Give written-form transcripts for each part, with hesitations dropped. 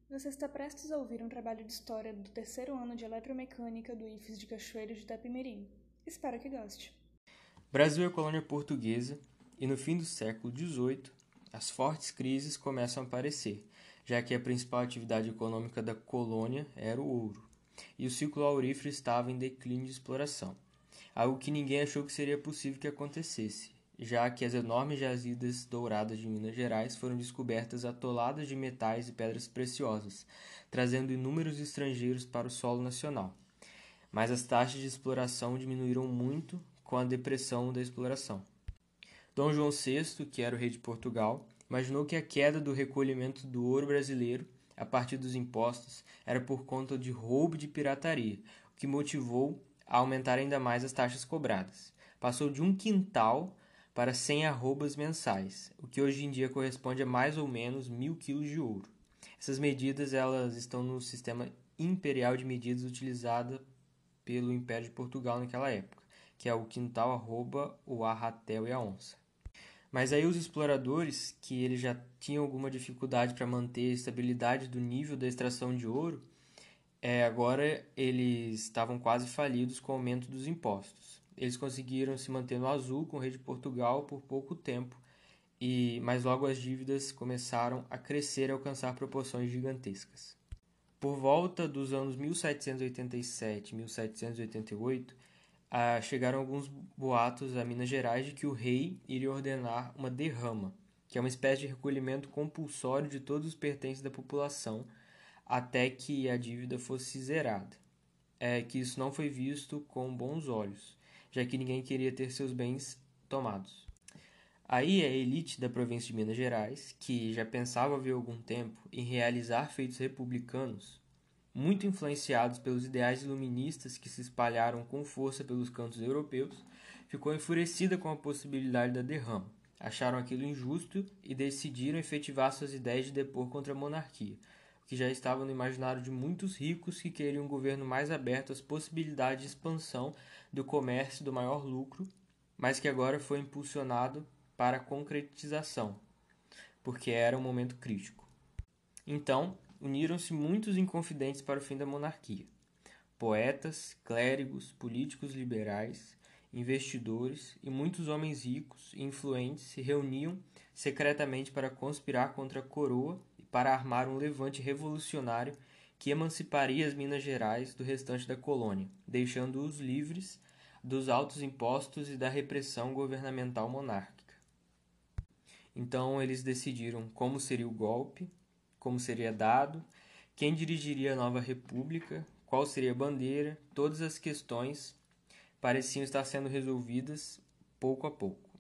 Você está prestes a ouvir um trabalho de história do terceiro ano de eletromecânica do IFES de Cachoeiro de Itapemirim. Espero que goste. Brasil é colônia portuguesa e no fim do século XVIII as fortes crises começam a aparecer, já que a principal atividade econômica da colônia era o ouro, e o ciclo aurífero estava em declínio de exploração, algo que ninguém achou que seria possível que acontecesse, já que as enormes jazidas douradas de Minas Gerais foram descobertas atoladas de metais e pedras preciosas, trazendo inúmeros estrangeiros para o solo nacional. Mas as taxas de exploração diminuíram muito com a depressão da exploração. Dom João VI, que era o rei de Portugal, imaginou que a queda do recolhimento do ouro brasileiro, a partir dos impostos, era por conta de roubo e de pirataria, o que motivou a aumentar ainda mais as taxas cobradas. Passou de 1 quintal para 100 arrobas mensais, o que hoje em dia corresponde a mais ou menos 1.000 quilos de ouro. Essas medidas elas estão no sistema imperial de medidas utilizado pelo Império de Portugal naquela época, que é o quintal, arroba, o arratel e a onça. Mas aí os exploradores, que eles já tinham alguma dificuldade para manter a estabilidade do nível da extração de ouro, agora eles estavam quase falidos com o aumento dos impostos. Eles conseguiram se manter no azul com o rei de Portugal por pouco tempo, mas logo as dívidas começaram a crescer e alcançar proporções gigantescas. Por volta dos anos 1787 e 1788, chegaram alguns boatos a Minas Gerais de que o rei iria ordenar uma derrama, que é uma espécie de recolhimento compulsório de todos os pertences da população até que a dívida fosse zerada. Que isso não foi visto com bons olhos, já que ninguém queria ter seus bens tomados. Aí a elite da província de Minas Gerais, que já pensava havia algum tempo em realizar feitos republicanos, muito influenciados pelos ideais iluministas que se espalharam com força pelos cantos europeus, ficou enfurecida com a possibilidade da derrama. Acharam aquilo injusto e decidiram efetivar suas ideias de depor contra a monarquia, o que já estava no imaginário de muitos ricos que queriam um governo mais aberto às possibilidades de expansão do comércio e do maior lucro, mas que agora foi impulsionado para a concretização, porque era um momento crítico. Então, uniram-se muitos inconfidentes para o fim da monarquia. Poetas, clérigos, políticos liberais, investidores e muitos homens ricos e influentes se reuniam secretamente para conspirar contra a coroa e para armar um levante revolucionário que emanciparia as Minas Gerais do restante da colônia, deixando-os livres dos altos impostos e da repressão governamental monárquica. Então eles decidiram como seria o golpe, como seria dado, quem dirigiria a nova república, qual seria a bandeira, todas as questões pareciam estar sendo resolvidas pouco a pouco.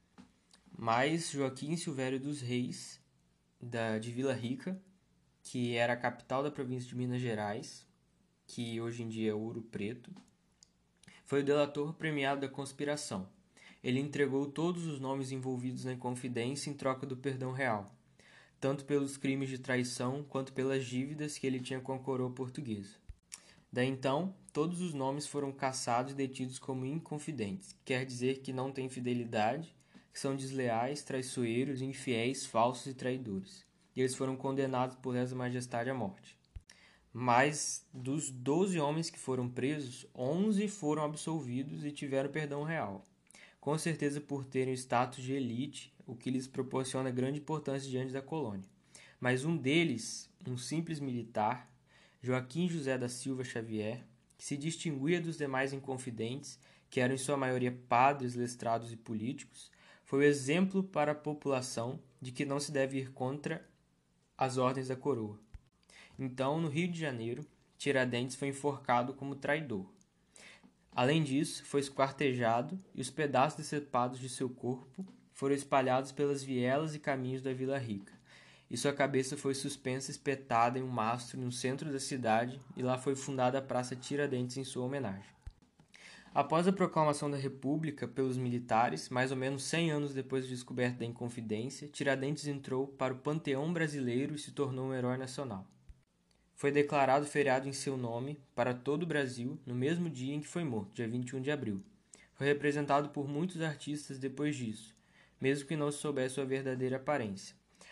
Mas Joaquim Silvério dos Reis, de Vila Rica, que era a capital da província de Minas Gerais, que hoje em dia é Ouro Preto, foi o delator premiado da conspiração. Ele entregou todos os nomes envolvidos na Inconfidência em troca do perdão real, tanto pelos crimes de traição quanto pelas dívidas que ele tinha com a coroa portuguesa. Daí então, todos os nomes foram cassados e detidos como inconfidentes, quer dizer que não têm fidelidade, que são desleais, traiçoeiros, infiéis, falsos e traidores. E eles foram condenados por Lesa Majestade à morte. Mas dos 12 homens que foram presos, 11 foram absolvidos e tiveram perdão real, com certeza por terem o status de elite, o que lhes proporciona grande importância diante da colônia. Mas um deles, um simples militar, Joaquim José da Silva Xavier, que se distinguia dos demais inconfidentes, que eram em sua maioria padres, lestrados e políticos, foi o exemplo para a população de que não se deve ir contra as ordens da coroa. Então, no Rio de Janeiro, Tiradentes foi enforcado como traidor. Além disso, foi esquartejado e os pedaços decepados de seu corpo foram espalhados pelas vielas e caminhos da Vila Rica, e sua cabeça foi suspensa espetada em um mastro no centro da cidade, e lá foi fundada a Praça Tiradentes em sua homenagem. Após a proclamação da República pelos militares, mais ou menos 100 anos depois da descoberta da Inconfidência, Tiradentes entrou para o panteão brasileiro e se tornou um herói nacional. Foi declarado feriado em seu nome para todo o Brasil no mesmo dia em que foi morto, dia 21 de abril. Foi representado por muitos artistas depois disso, mesmo que não se soubesse sua verdadeira aparência.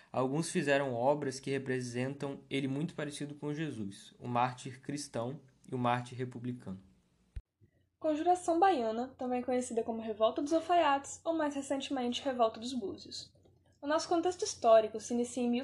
Alguns fizeram obras que representam ele muito parecido com Jesus, o mártir cristão e o mártir republicano. Conjuração Baiana, também conhecida como Revolta dos Alfaiates ou mais recentemente Revolta dos Búzios. O nosso contexto histórico se inicia em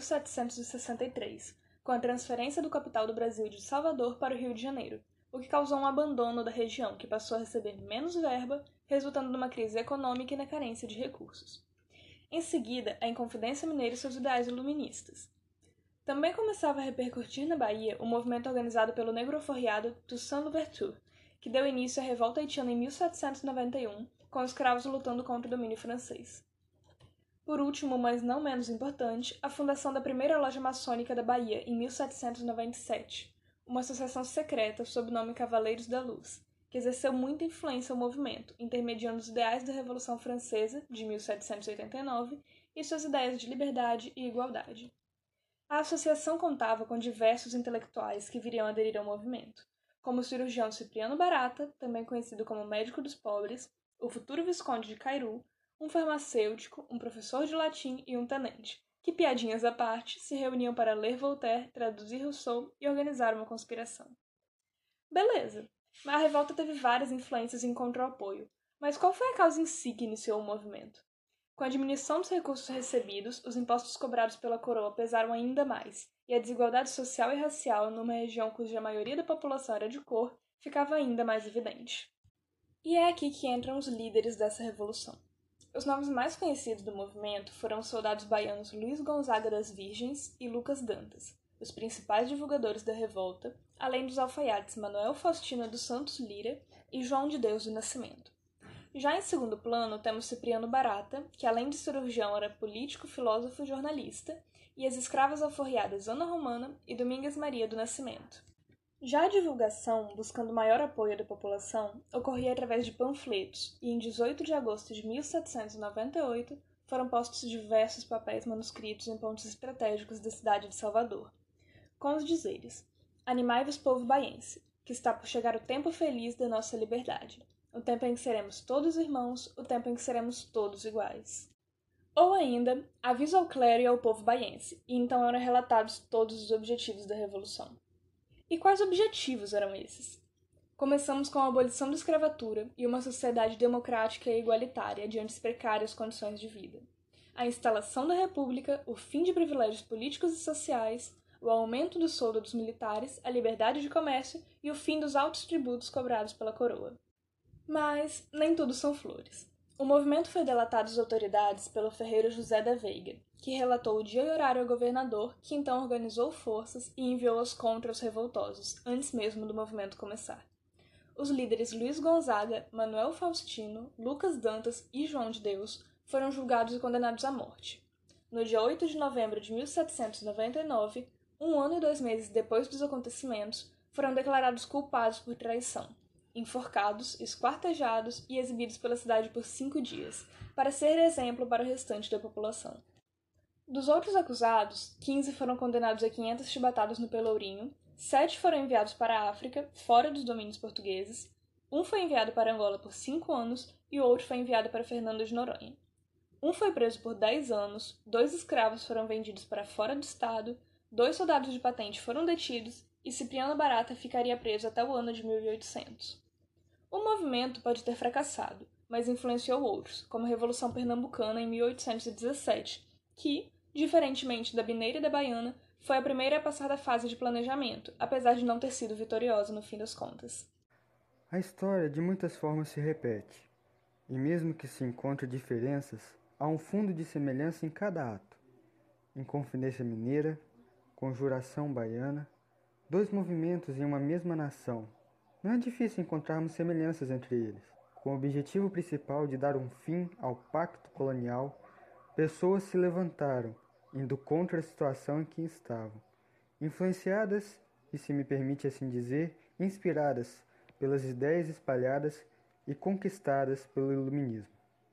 1763, com a transferência do capital do Brasil de Salvador para o Rio de Janeiro, o que causou um abandono da região, que passou a receber menos verba, resultando numa crise econômica e na carência de recursos. Em seguida, a Inconfidência Mineira e seus ideais iluministas. Também começava a repercutir na Bahia o movimento organizado pelo negro-alforriado Toussaint Louverture, que deu início à Revolta Haitiana em 1791, com os escravos lutando contra o domínio francês. Por último, mas não menos importante, a fundação da primeira loja maçônica da Bahia em 1797, uma associação secreta sob o nome Cavaleiros da Luz, que exerceu muita influência ao movimento, intermediando os ideais da Revolução Francesa, de 1789, e suas ideias de liberdade e igualdade. A associação contava com diversos intelectuais que viriam aderir ao movimento, como o cirurgião Cipriano Barata, também conhecido como médico dos pobres, o futuro Visconde de Cairu, um farmacêutico, um professor de latim e um tenente, que, piadinhas à parte, se reuniam para ler Voltaire, traduzir Rousseau e organizar uma conspiração. Beleza, a revolta teve várias influências e encontrou apoio, mas qual foi a causa em si que iniciou o movimento? Com a diminuição dos recursos recebidos, os impostos cobrados pela coroa pesaram ainda mais, e a desigualdade social e racial numa região cuja maioria da população era de cor ficava ainda mais evidente. E é aqui que entram os líderes dessa revolução. Os nomes mais conhecidos do movimento foram os soldados baianos Luiz Gonzaga das Virgens e Lucas Dantas, os principais divulgadores da revolta, além dos alfaiates Manuel Faustino dos Santos Lira e João de Deus do Nascimento. Já em segundo plano, temos Cipriano Barata, que além de cirurgião era político, filósofo e jornalista, e as escravas alforriadas Ana Romana e Domingas Maria do Nascimento. Já a divulgação, buscando maior apoio da população, ocorria através de panfletos, e em 18 de agosto de 1798 foram postos diversos papéis manuscritos em pontos estratégicos da cidade de Salvador, com os dizeres: Animai-vos, povo baiense, que está por chegar o tempo feliz da nossa liberdade. O tempo em que seremos todos irmãos, o tempo em que seremos todos iguais. Ou ainda, aviso ao clero e ao povo baiense, e então eram relatados todos os objetivos da Revolução. E quais objetivos eram esses? Começamos com a abolição da escravatura e uma sociedade democrática e igualitária diante das precárias condições de vida. A instalação da República, o fim de privilégios políticos e sociais, o aumento do soldo dos militares, a liberdade de comércio e o fim dos altos tributos cobrados pela coroa. Mas nem tudo são flores. O movimento foi delatado às autoridades pelo ferreiro José da Veiga, que relatou o dia e horário ao governador, que então organizou forças e enviou-as contra os revoltosos, antes mesmo do movimento começar. Os líderes Luiz Gonzaga, Manuel Faustino, Lucas Dantas e João de Deus foram julgados e condenados à morte. No dia 8 de novembro de 1799, 1 ano e 2 meses depois dos acontecimentos, foram declarados culpados por traição, enforcados, esquartejados e exibidos pela cidade por 5 dias, para ser exemplo para o restante da população. Dos outros acusados, 15 foram condenados a 500 chibatadas no Pelourinho, 7 foram enviados para a África, fora dos domínios portugueses, um foi enviado para Angola por 5 anos e o outro foi enviado para Fernando de Noronha. Um foi preso por 10 anos, 2 escravos foram vendidos para fora do estado, 2 soldados de patente foram detidos e Cipriano Barata ficaria preso até o ano de 1800. O movimento pode ter fracassado, mas influenciou outros, como a Revolução Pernambucana em 1817, que, diferentemente da Mineira e da Baiana, foi a primeira a passar da fase de planejamento, apesar de não ter sido vitoriosa no fim das contas. A história de muitas formas se repete, e mesmo que se encontre diferenças, há um fundo de semelhança em cada ato. Inconfidência Mineira, Conjuração Baiana, 2 movimentos em uma mesma nação. Não é difícil encontrarmos semelhanças entre eles. Com o objetivo principal de dar um fim ao pacto colonial, pessoas se levantaram, indo contra a situação em que estavam, influenciadas e, se me permite assim dizer, inspiradas pelas ideias espalhadas e conquistadas pelo iluminismo.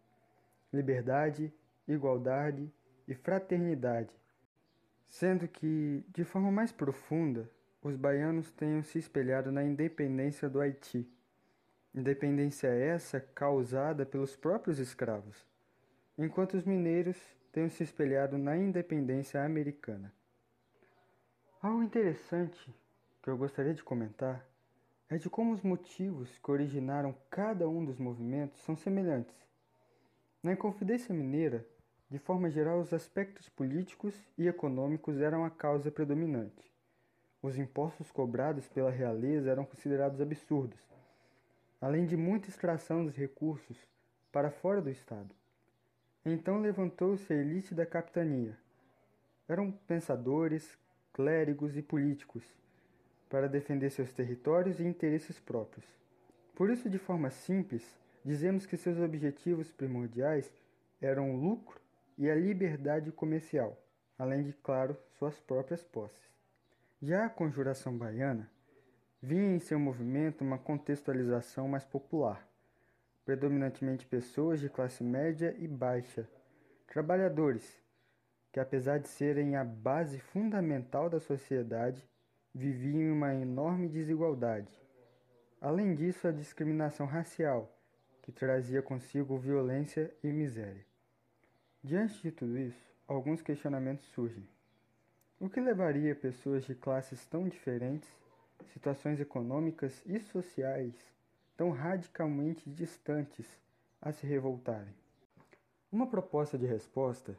Liberdade, igualdade e fraternidade, sendo que, de forma mais profunda, os baianos tenham se espelhado na independência do Haiti. Independência essa causada pelos próprios escravos, enquanto os mineiros tenham se espelhado na independência americana. Algo interessante que eu gostaria de comentar é de como os motivos que originaram cada um dos movimentos são semelhantes. Na Inconfidência Mineira, de forma geral, os aspectos políticos e econômicos eram a causa predominante. Os impostos cobrados pela realeza eram considerados absurdos, além de muita extração dos recursos para fora do Estado. Então levantou-se a elite da capitania. Eram pensadores, clérigos e políticos, para defender seus territórios e interesses próprios. Por isso, de forma simples, dizemos que seus objetivos primordiais eram o lucro e a liberdade comercial, além de, claro, suas próprias posses. Já a Conjuração Baiana vinha em seu movimento uma contextualização mais popular, predominantemente pessoas de classe média e baixa, trabalhadores, que apesar de serem a base fundamental da sociedade, viviam em uma enorme desigualdade. Além disso, a discriminação racial, que trazia consigo violência e miséria. Diante de tudo isso, alguns questionamentos surgem. O que levaria pessoas de classes tão diferentes, situações econômicas e sociais tão radicalmente distantes, a se revoltarem? Uma proposta de resposta,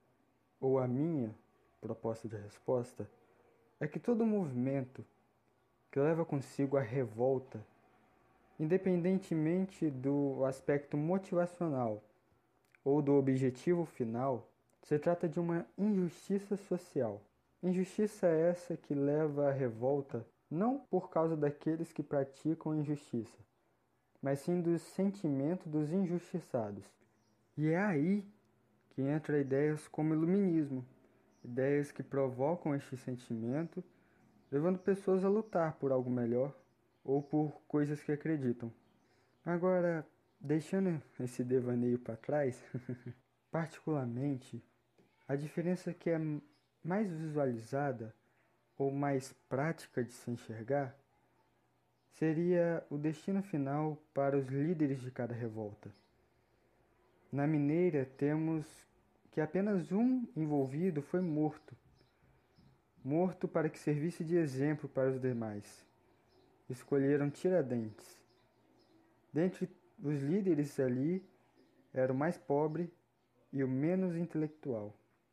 ou a minha proposta de resposta, é que todo movimento que leva consigo a revolta, independentemente do aspecto motivacional ou do objetivo final, se trata de uma injustiça social. Injustiça essa que leva à revolta não por causa daqueles que praticam a injustiça, mas sim do sentimento dos injustiçados. E é aí que entra ideias como iluminismo, ideias que provocam este sentimento, levando pessoas a lutar por algo melhor ou por coisas que acreditam. Agora, deixando esse devaneio para trás, particularmente, a diferença que é mais visualizada ou mais prática de se enxergar seria o destino final para os líderes de cada revolta. Na Mineira, temos que apenas um envolvido foi morto para que servisse de exemplo para os demais. Escolheram Tiradentes. Dentre os líderes ali, era o mais pobre e o menos intelectual.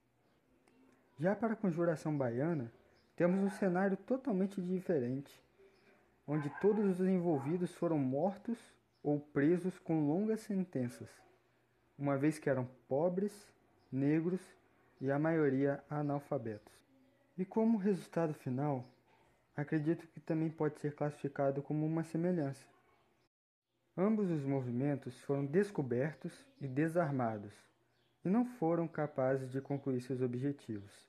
Já para a Conjuração Baiana, temos um cenário totalmente diferente, onde todos os envolvidos foram mortos ou presos com longas sentenças, uma vez que eram pobres, negros e a maioria analfabetos. E como resultado final, acredito que também pode ser classificado como uma semelhança. Ambos os movimentos foram descobertos e desarmados, e não foram capazes de concluir seus objetivos.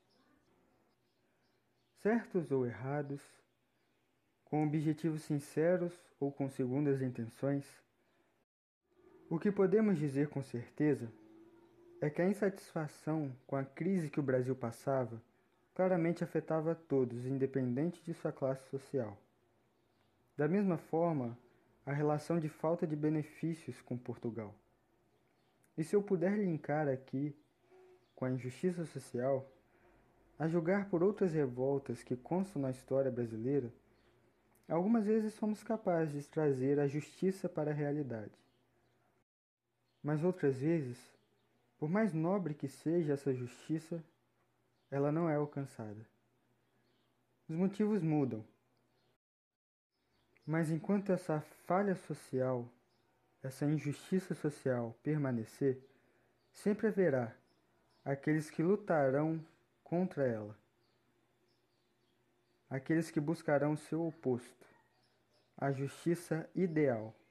Certos ou errados, com objetivos sinceros ou com segundas intenções, o que podemos dizer com certeza é que a insatisfação com a crise que o Brasil passava claramente afetava a todos, independente de sua classe social. Da mesma forma, a relação de falta de benefícios com Portugal. E se eu puder linkar aqui com a injustiça social, a julgar por outras revoltas que constam na história brasileira, algumas vezes somos capazes de trazer a justiça para a realidade. Mas outras vezes, por mais nobre que seja essa justiça, ela não é alcançada. Os motivos mudam. Mas enquanto essa falha social, essa injustiça social permanecer, sempre haverá aqueles que lutarão contra ela. Aqueles que buscarão o seu oposto, a justiça ideal.